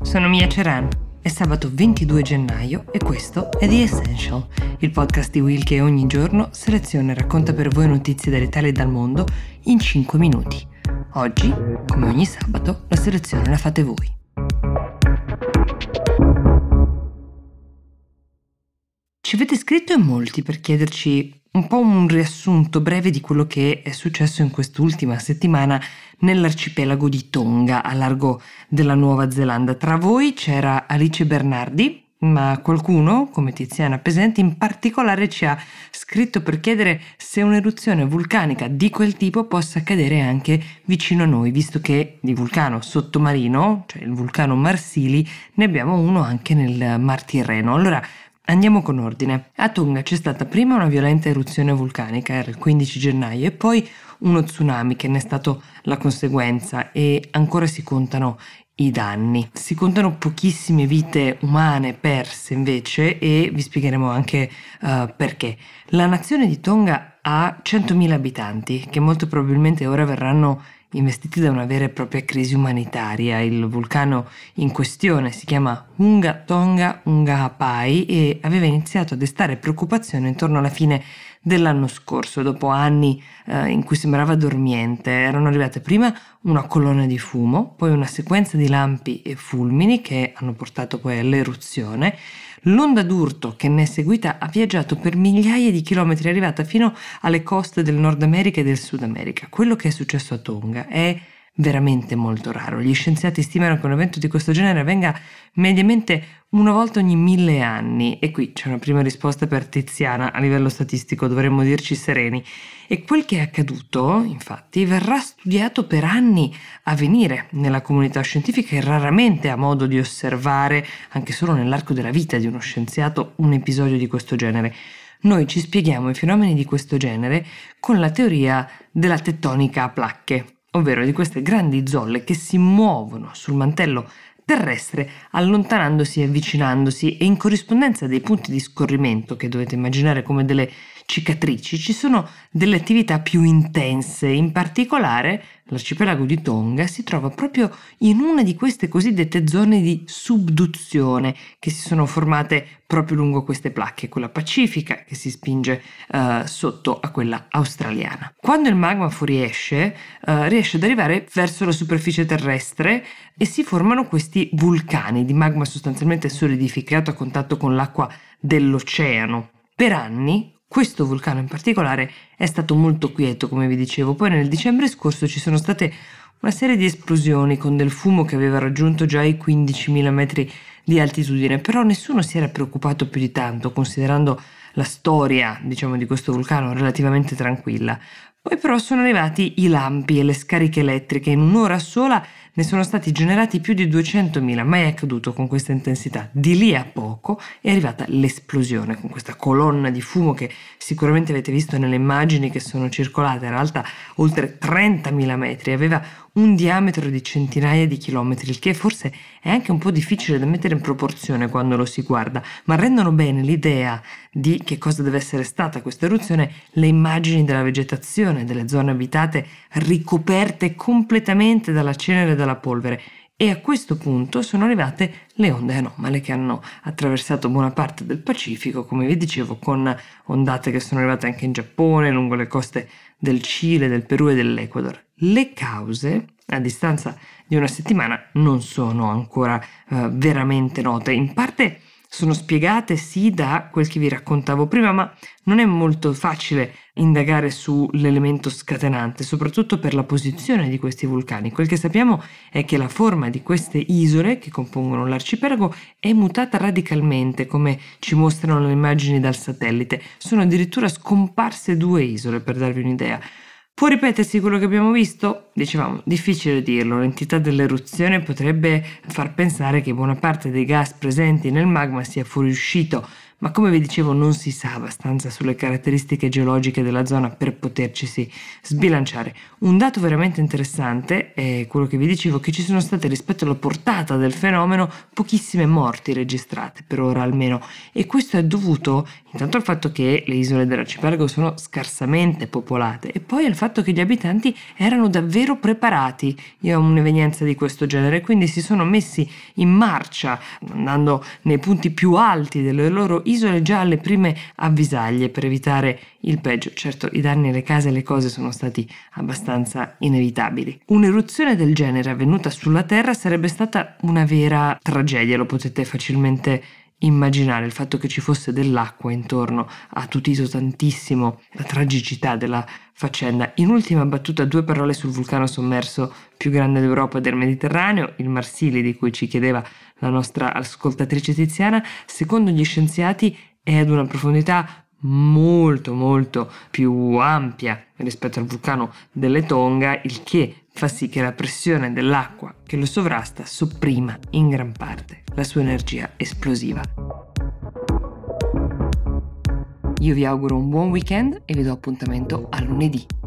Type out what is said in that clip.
sono Mia Ceran. È sabato 22 gennaio e questo è The Essential, il podcast di Will che ogni giorno seleziona e racconta per voi notizie dall'Italia e dal mondo in 5 minuti. Oggi, come ogni sabato, la selezione la fate voi. Ci avete scritto in molti per chiederci un po' un riassunto breve di quello che è successo in quest'ultima settimana nell'arcipelago di Tonga, a largo della Nuova Zelanda. Tra voi c'era Alice Bernardi, ma qualcuno, come Tiziana Pesenti, in particolare ci ha scritto per chiedere se un'eruzione vulcanica di quel tipo possa accadere anche vicino a noi, visto che di vulcano sottomarino, cioè il vulcano Marsili, ne abbiamo uno anche nel Mar Tirreno. Allora, andiamo con ordine. A Tonga c'è stata prima una violenta eruzione vulcanica, era il 15 gennaio, e poi uno tsunami che ne è stato la conseguenza e ancora si contano i danni. Si contano pochissime vite umane perse invece e vi spiegheremo anche perché. La nazione di Tonga ha 100.000 abitanti che molto probabilmente ora verranno investiti da una vera e propria crisi umanitaria. Il vulcano in questione si chiama Hunga Tonga Hunga Hapai e aveva iniziato a destare preoccupazione intorno alla fine dell'anno scorso, dopo anni in cui sembrava dormiente. Erano arrivate prima una colonna di fumo, poi una sequenza di lampi e fulmini che hanno portato poi all'eruzione. L'onda d'urto che ne è seguita ha viaggiato per migliaia di chilometri, è arrivata fino alle coste del Nord America e del Sud America. Quello che è successo a Tonga è veramente molto raro. Gli scienziati stimano che un evento di questo genere avvenga mediamente una volta ogni 1000 anni. E qui c'è una prima risposta per Tiziana: a livello statistico dovremmo dirci sereni. E quel che è accaduto, infatti, verrà studiato per anni a venire nella comunità scientifica e raramente ha modo di osservare, anche solo nell'arco della vita di uno scienziato, un episodio di questo genere. Noi ci spieghiamo i fenomeni di questo genere con la teoria della tettonica a placche, ovvero di queste grandi zolle che si muovono sul mantello terrestre allontanandosi e avvicinandosi, e in corrispondenza dei punti di scorrimento, che dovete immaginare come delle cicatrici, ci sono delle attività più intense. In particolare l'arcipelago di Tonga si trova proprio in una di queste cosiddette zone di subduzione che si sono formate proprio lungo queste placche, quella pacifica che si spinge sotto a quella australiana. Quando il magma fuoriesce, riesce ad arrivare verso la superficie terrestre e si formano questi vulcani di magma sostanzialmente solidificato a contatto con l'acqua dell'oceano. Per anni questo vulcano in particolare è stato molto quieto, come vi dicevo. Poi nel dicembre scorso ci sono state una serie di esplosioni con del fumo che aveva raggiunto già i 15.000 metri di altitudine, però nessuno si era preoccupato più di tanto, considerando la storia, di questo vulcano relativamente tranquilla. Poi però sono arrivati i lampi e le scariche elettriche. In un'ora sola ne sono stati generati più di 200.000, mai accaduto con questa intensità. Di lì a poco è arrivata l'esplosione con questa colonna di fumo che sicuramente avete visto nelle immagini che sono circolate. Era alta oltre 30.000 metri, aveva un diametro di centinaia di chilometri, il che forse è anche un po' difficile da mettere in proporzione quando lo si guarda, ma rendono bene l'idea di che cosa deve essere stata questa eruzione le immagini della vegetazione, delle zone abitate ricoperte completamente dalla cenere e dalla polvere. E a questo punto sono arrivate le onde anomale che hanno attraversato buona parte del Pacifico, come vi dicevo, con ondate che sono arrivate anche in Giappone, lungo le coste del Cile, del Perù e dell'Ecuador. Le cause, a distanza di una settimana, non sono ancora veramente note. In parte sono spiegate sì da quel che vi raccontavo prima, ma non è molto facile indagare sull'elemento scatenante, soprattutto per la posizione di questi vulcani. Quel che sappiamo è che la forma di queste isole che compongono l'arcipelago è mutata radicalmente, come ci mostrano le immagini dal satellite. Sono addirittura scomparse 2 isole, per darvi un'idea. Può ripetersi quello che abbiamo visto? Dicevamo, difficile dirlo. L'entità dell'eruzione potrebbe far pensare che buona parte dei gas presenti nel magma sia fuoriuscito, ma come vi dicevo non si sa abbastanza sulle caratteristiche geologiche della zona per potercisi sbilanciare. Un dato veramente interessante è quello che vi dicevo, che ci sono state rispetto alla portata del fenomeno pochissime morti registrate, per ora almeno, e questo è dovuto intanto al fatto che le isole dell'arcipelago sono scarsamente popolate e poi al fatto che gli abitanti erano davvero preparati a un'evenienza di questo genere, quindi si sono messi in marcia andando nei punti più alti delle loro isole già alle prime avvisaglie per evitare il peggio. Certo, i danni alle case e alle cose sono stati abbastanza inevitabili. Un'eruzione del genere avvenuta sulla Terra sarebbe stata una vera tragedia, lo potete facilmente immaginare. Il fatto che ci fosse dell'acqua intorno ha attutito tantissimo la tragicità della faccenda. In ultima battuta, 2 parole sul vulcano sommerso più grande d'Europa e del Mediterraneo, il Marsili, di cui ci chiedeva la nostra ascoltatrice Tiziana. Secondo gli scienziati è ad una profondità molto più ampia rispetto al vulcano delle Tonga, il che fa sì che la pressione dell'acqua che lo sovrasta sopprima in gran parte la sua energia esplosiva. Io vi auguro un buon weekend e vi do appuntamento a lunedì.